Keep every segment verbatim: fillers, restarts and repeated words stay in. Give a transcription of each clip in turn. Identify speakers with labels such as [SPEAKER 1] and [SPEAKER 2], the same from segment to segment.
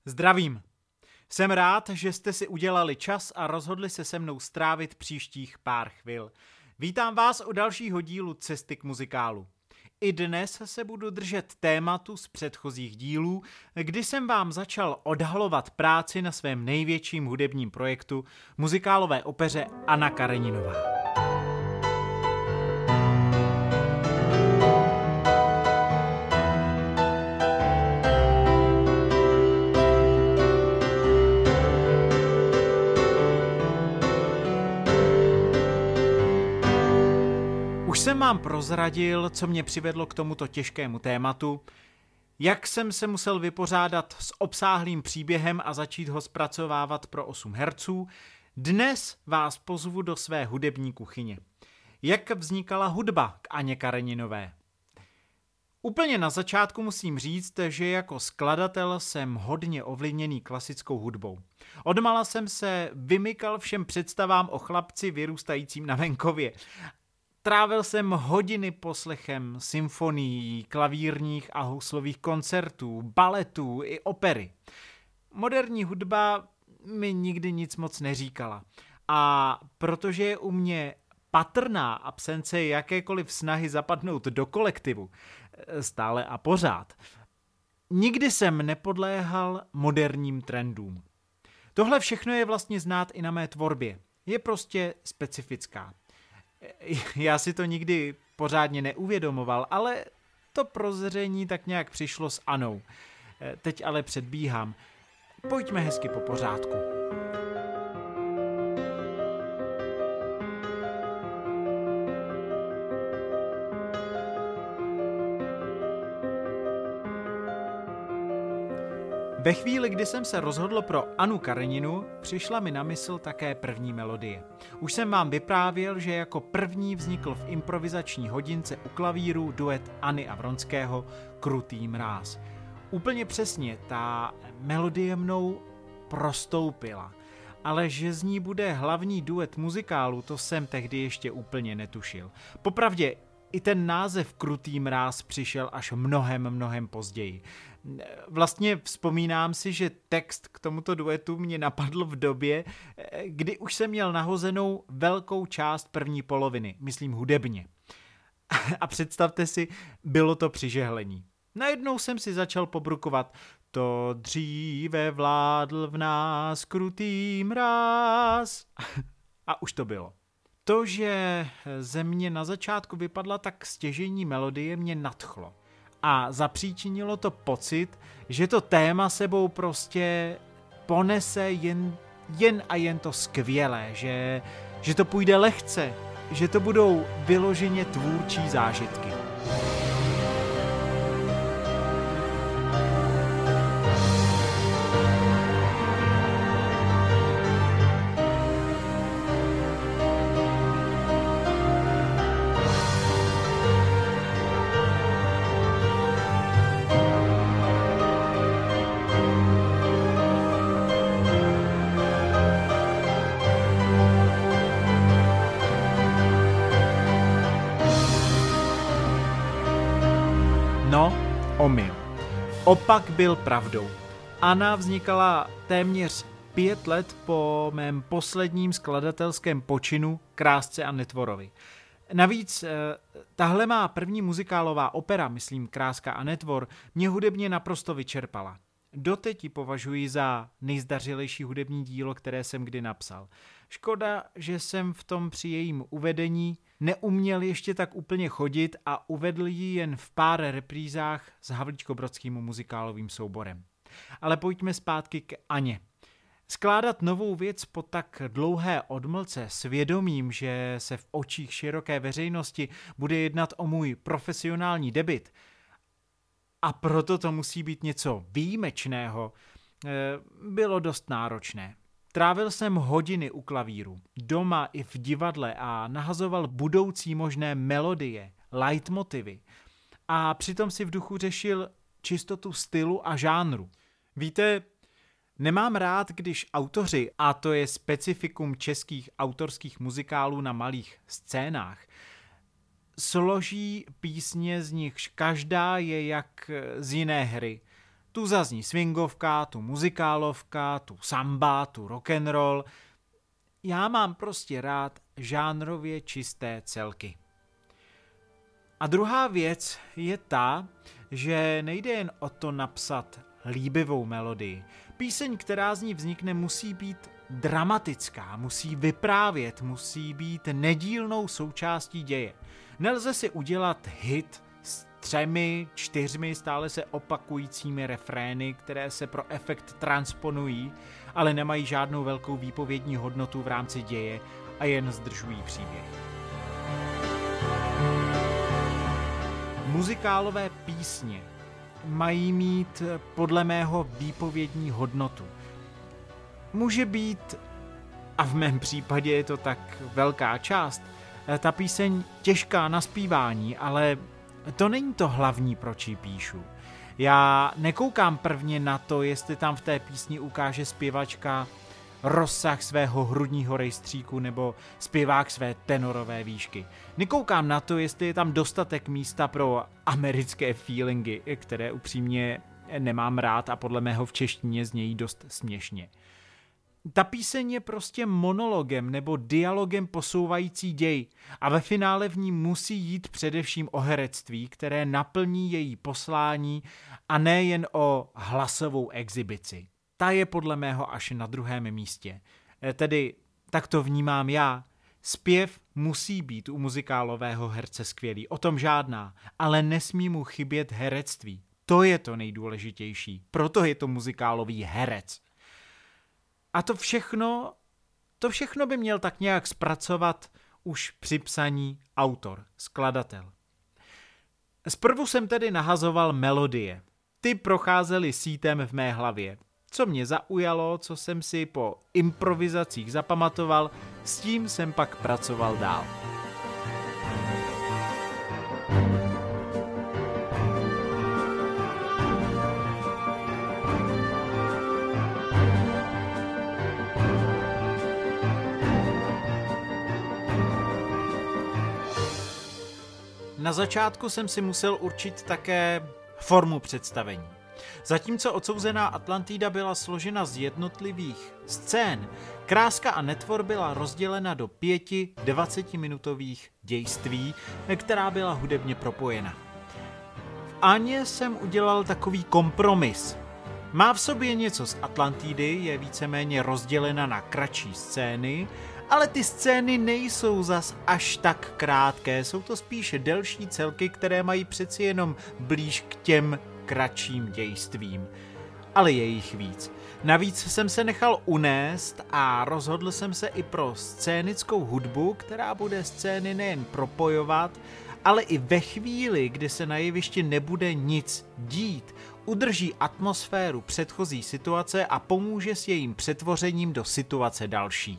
[SPEAKER 1] Zdravím. Jsem rád, že jste si udělali čas a rozhodli se se mnou strávit příštích pár chvil. Vítám vás u dalšího dílu Cesty k muzikálu. I dnes se budu držet tématu z předchozích dílů, kdy jsem vám začal odhalovat práci na svém největším hudebním projektu, muzikálové opeře Anna Kareninová. Už jsem vám prozradil, co mě přivedlo k tomuto těžkému tématu, jak jsem se musel vypořádat s obsáhlým příběhem a začít ho zpracovávat pro osm herců. Dnes vás pozvu do své hudební kuchyně. Jak vznikala hudba k Anně Kareninové? Úplně na začátku musím říct, že jako skladatel jsem hodně ovlivněný klasickou hudbou. Odmala jsem se vymykal všem představám o chlapci vyrůstajícím na venkově. Trávil jsem hodiny poslechem symfonií, klavírních a houslových koncertů, baletů i opery. Moderní hudba mi nikdy nic moc neříkala. A protože je u mě patrná absence jakékoliv snahy zapadnout do kolektivu, stále a pořád, nikdy jsem nepodléhal moderním trendům. Tohle všechno je vlastně znát i na mé tvorbě. Je prostě specifická. Já si to nikdy pořádně neuvědomoval, ale to prozření tak nějak přišlo s Anou. Teď ale předbíhám. Pojďme hezky po pořádku. Ve chvíli, kdy jsem se rozhodl pro Annu Kareninu, přišla mi na mysl také první melodie. Už jsem vám vyprávěl, že jako první vznikl v improvizační hodince u klavíru duet Anny a Vronského Krutý mráz. Úplně přesně ta melodie mnou prostoupila, ale že z ní bude hlavní duet muzikálu, to jsem tehdy ještě úplně netušil. Popravdě, i ten název Krutý mráz přišel až mnohem, mnohem později. Vlastně vzpomínám si, že text k tomuto duetu mě napadl v době, kdy už jsem měl nahozenou velkou část první poloviny, myslím hudebně. A představte si, bylo to při žehlení. Najednou jsem si začal pobrukovat: to dříve vládl v nás krutý mráz. A už to bylo. To, že ze mě na začátku vypadla tak stěžejní melodie, mě nadchlo. A zapříčinilo to pocit, že to téma sebou prostě ponese jen, jen a jen to skvělé, že, že to půjde lehce, že to budou vyloženě tvůrčí zážitky. No, omyl. Opak byl pravdou. Anna vznikala téměř pět let po mém posledním skladatelském počinu Krásce a Netvorovi. Navíc tahle má první muzikálová opera, myslím Kráska a Netvor, mě hudebně naprosto vyčerpala. Doteď ji považuji za nejzdařilejší hudební dílo, které jsem kdy napsal. Škoda, že jsem v tom při jejím uvedení neuměl ještě tak úplně chodit a uvedl ji jen v pár reprízách s havlíčkobrodským muzikálovým souborem. Ale pojďme zpátky k Aně. Skládat novou věc po tak dlouhé odmlce s vědomím, že se v očích široké veřejnosti bude jednat o můj profesionální debut, a proto to musí být něco výjimečného, bylo dost náročné. Trávil jsem hodiny u klavíru, doma i v divadle a nahazoval budoucí možné melodie, leitmotivy. A přitom si v duchu řešil čistotu stylu a žánru. Víte, nemám rád, když autoři, a to je specifikum českých autorských muzikálů na malých scénách, složí písně, z nichž každá je jak z jiné hry. Tu zazní swingovka, tu muzikálovka, tu samba, tu rock'n'roll. Já mám prostě rád žánrově čisté celky. A druhá věc je ta, že nejde jen o to napsat líbivou melodii. Píseň, která z ní vznikne, musí být dramatická, musí vyprávět, musí být nedílnou součástí děje. Nelze si udělat hit s třemi, čtyřmi stále se opakujícími refrény, které se pro efekt transponují, ale nemají žádnou velkou výpovědní hodnotu v rámci děje a jen zdržují příběh. Muzikálové písně mají mít podle mého výpovědní hodnotu. Může být, a v mém případě je to tak velká část, ta píseň těžká na zpívání, ale to není to hlavní, proč ji píšu. Já nekoukám prvně na to, jestli tam v té písni ukáže zpěvačka rozsah svého hrudního rejstříku nebo zpěvák své tenorové výšky. Nekoukám na to, jestli je tam dostatek místa pro americké feelingy, které upřímně nemám rád a podle mého v češtině znějí dost směšně. Ta píseň je prostě monologem nebo dialogem posouvající děj a ve finále v ní musí jít především o herectví, které naplní její poslání a ne jen o hlasovou exibici. Ta je podle mého až na druhém místě. Tedy tak to vnímám já. Zpěv musí být u muzikálového herce skvělý, o tom žádná, ale nesmí mu chybět herectví. To je to nejdůležitější, proto je to muzikálový herec. A to všechno, to všechno by měl tak nějak zpracovat už při psaní autor, skladatel. Zprvu jsem tedy nahazoval melodie. Ty procházely sítem v mé hlavě. Co mě zaujalo, co jsem si po improvizacích zapamatoval, s tím jsem pak pracoval dál. Na začátku jsem si musel určit také formu představení. Zatímco Odsouzená Atlantida byla složena z jednotlivých scén, Kráska a netvor byla rozdělena do pěti dvacetiminutových dějství, která byla hudebně propojena. V Aně jsem udělal takový kompromis. Má v sobě něco z Atlantidy, je víceméně rozdělena na kratší scény, ale ty scény nejsou zas až tak krátké, jsou to spíše delší celky, které mají přeci jenom blíž k těm kratším dějstvím. Ale je jich víc. Navíc jsem se nechal unést a rozhodl jsem se i pro scénickou hudbu, která bude scény nejen propojovat, ale i ve chvíli, kdy se na jevišti nebude nic dít, udrží atmosféru předchozí situace a pomůže s jejím přetvořením do situace další.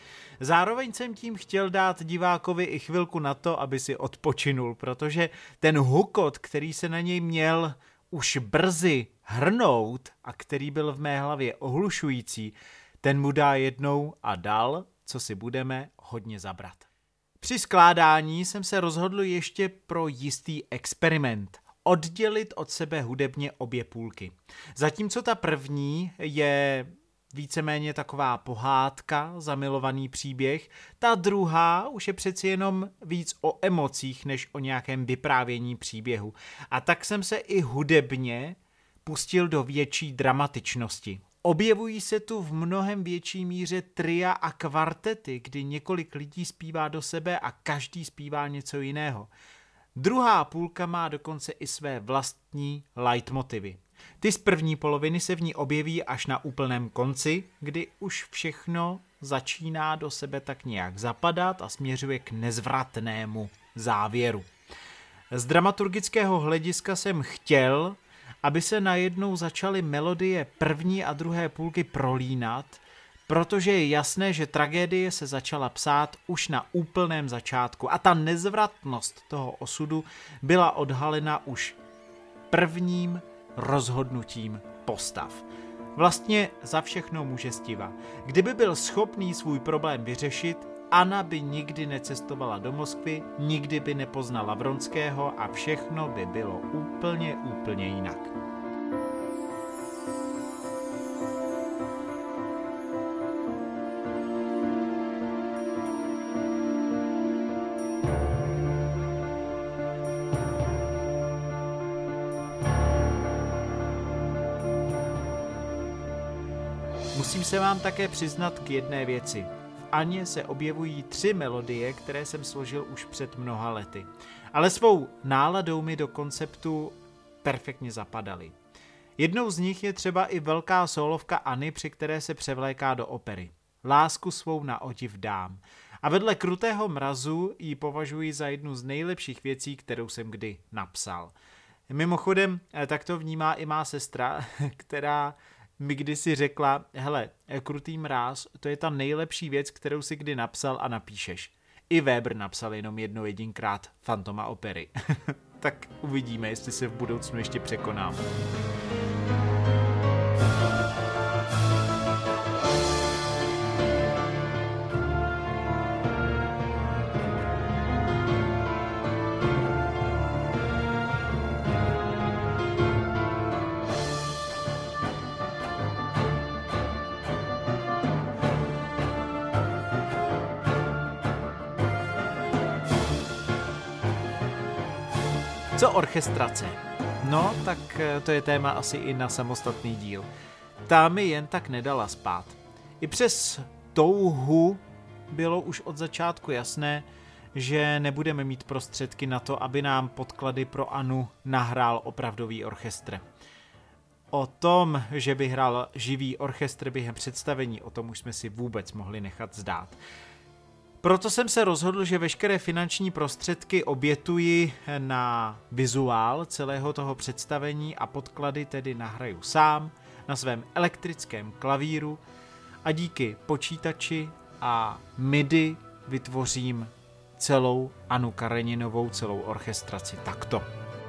[SPEAKER 1] Zároveň jsem tím chtěl dát divákovi i chvilku na to, aby si odpočinul, protože ten hukot, který se na něj měl už brzy hrnout a který byl v mé hlavě ohlušující, ten mu dá jednou a dal, co si budeme, hodně zabrat. Při skládání jsem se rozhodl ještě pro jistý experiment. Oddělit od sebe hudebně obě půlky. Zatímco ta první je víceméně taková pohádka, zamilovaný příběh, ta druhá už je přeci jenom víc o emocích, než o nějakém vyprávění příběhu. A tak jsem se i hudebně pustil do větší dramatičnosti. Objevují se tu v mnohem větší míře tria a kvartety, kdy několik lidí zpívá do sebe a každý zpívá něco jiného. Druhá půlka má dokonce i své vlastní leitmotivy. Ty z první poloviny se v ní objeví až na úplném konci, kdy už všechno začíná do sebe tak nějak zapadat a směřuje k nezvratnému závěru. Z dramaturgického hlediska jsem chtěl, aby se najednou začaly melodie první a druhé půlky prolínat, protože je jasné, že tragédie se začala psát už na úplném začátku a ta nezvratnost toho osudu byla odhalena už prvním rozhodnutím postav. Vlastně za všechno může Stiva. Kdyby byl schopný svůj problém vyřešit, Anna by nikdy necestovala do Moskvy, nikdy by nepoznala Vronského a všechno by bylo úplně, úplně jinak. Musím se vám také přiznat k jedné věci. V Aně se objevují tři melodie, které jsem složil už před mnoha lety. Ale svou náladou mi do konceptu perfektně zapadaly. Jednou z nich je třeba i velká sólovka Anny, při které se převléká do opery. Lásku svou na odiv dám. A vedle Krutého mrazu ji považuji za jednu z nejlepších věcí, kterou jsem kdy napsal. Mimochodem, tak to vnímá i má sestra, která mi kdysi řekla, hele, Krutý mráz, to je ta nejlepší věc, kterou si kdy napsal a napíšeš. I Weber napsal jenom jedno jedinkrát Fantoma opery. Tak uvidíme, jestli se v budoucnu ještě překonám. Co orchestrace? No, tak to je téma asi i na samostatný díl. Ta mi jen tak nedala spát. I přes touhu bylo už od začátku jasné, že nebudeme mít prostředky na to, aby nám podklady pro Anu nahrál opravdový orchestr. O tom, že by hrál živý orchestr během představení, o tom už jsme si vůbec mohli nechat zdát. Proto jsem se rozhodl, že veškeré finanční prostředky obětuji na vizuál celého toho představení a podklady tedy nahraju sám na svém elektrickém klavíru a díky počítači a midi vytvořím celou Anu Kareninovou, celou orchestraci takto.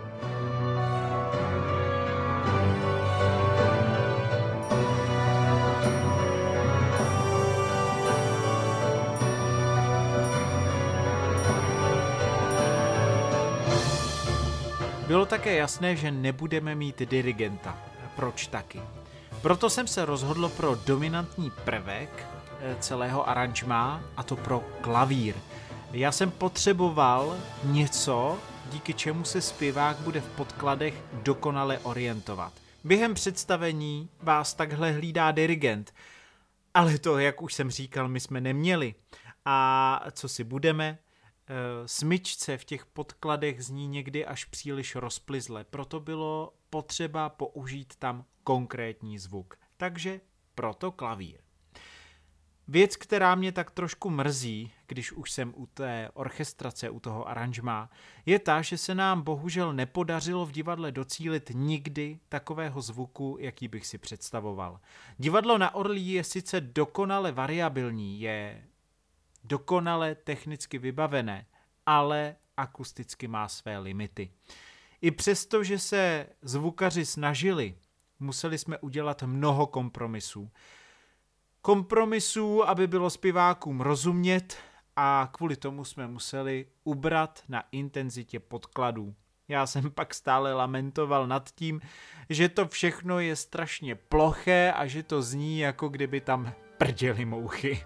[SPEAKER 1] Bylo také jasné, že nebudeme mít dirigenta. Proč taky? Proto jsem se rozhodl pro dominantní prvek celého aranžmá, a to pro klavír. Já jsem potřeboval něco, díky čemu se zpěvák bude v podkladech dokonale orientovat. Během představení vás takhle hlídá dirigent, ale to, jak už jsem říkal, my jsme neměli. A co si budeme? Smyčce v těch podkladech zní někdy až příliš rozplizle, proto bylo potřeba použít tam konkrétní zvuk. Takže proto klavír. Věc, která mě tak trošku mrzí, když už jsem u té orchestrace, u toho aranžmá, je ta, že se nám bohužel nepodařilo v divadle docílit nikdy takového zvuku, jaký bych si představoval. Divadlo na Orlí je sice dokonale variabilní, je dokonale technicky vybavené, ale akusticky má své limity. I přesto, že se zvukaři snažili, museli jsme udělat mnoho kompromisů. Kompromisů, aby bylo zpěvákům rozumět, a kvůli tomu jsme museli ubrat na intenzitě podkladů. Já jsem pak stále lamentoval nad tím, že to všechno je strašně ploché a že to zní, jako kdyby tam prděly mouchy.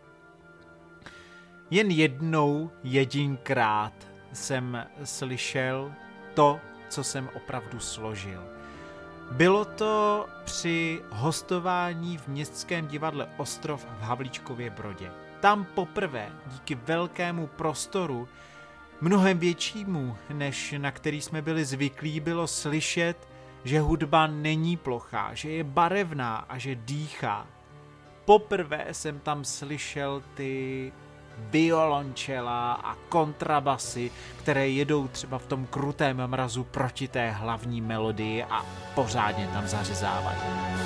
[SPEAKER 1] Jen jednou, jedinkrát jsem slyšel to, co jsem opravdu složil. Bylo to při hostování v Městském divadle Ostrov v Havlíčkově Brodě. Tam poprvé, díky velkému prostoru, mnohem většímu, než na který jsme byli zvyklí, bylo slyšet, že hudba není plochá, že je barevná a že dýchá. Poprvé jsem tam slyšel ty violončela a kontrabasy, které jedou třeba v tom Krutém mrazu proti té hlavní melodii a pořádně tam zařezávají.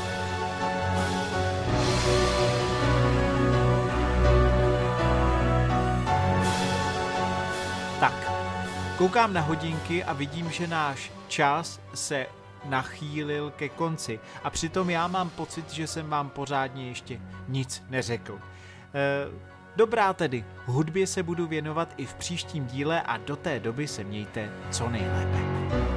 [SPEAKER 1] Tak, koukám na hodinky a vidím, že náš čas se nachýlil ke konci a přitom já mám pocit, že jsem vám pořádně ještě nic neřekl. E- Dobrá tedy, hudbě se budu věnovat i v příštím díle a do té doby se mějte co nejlépe.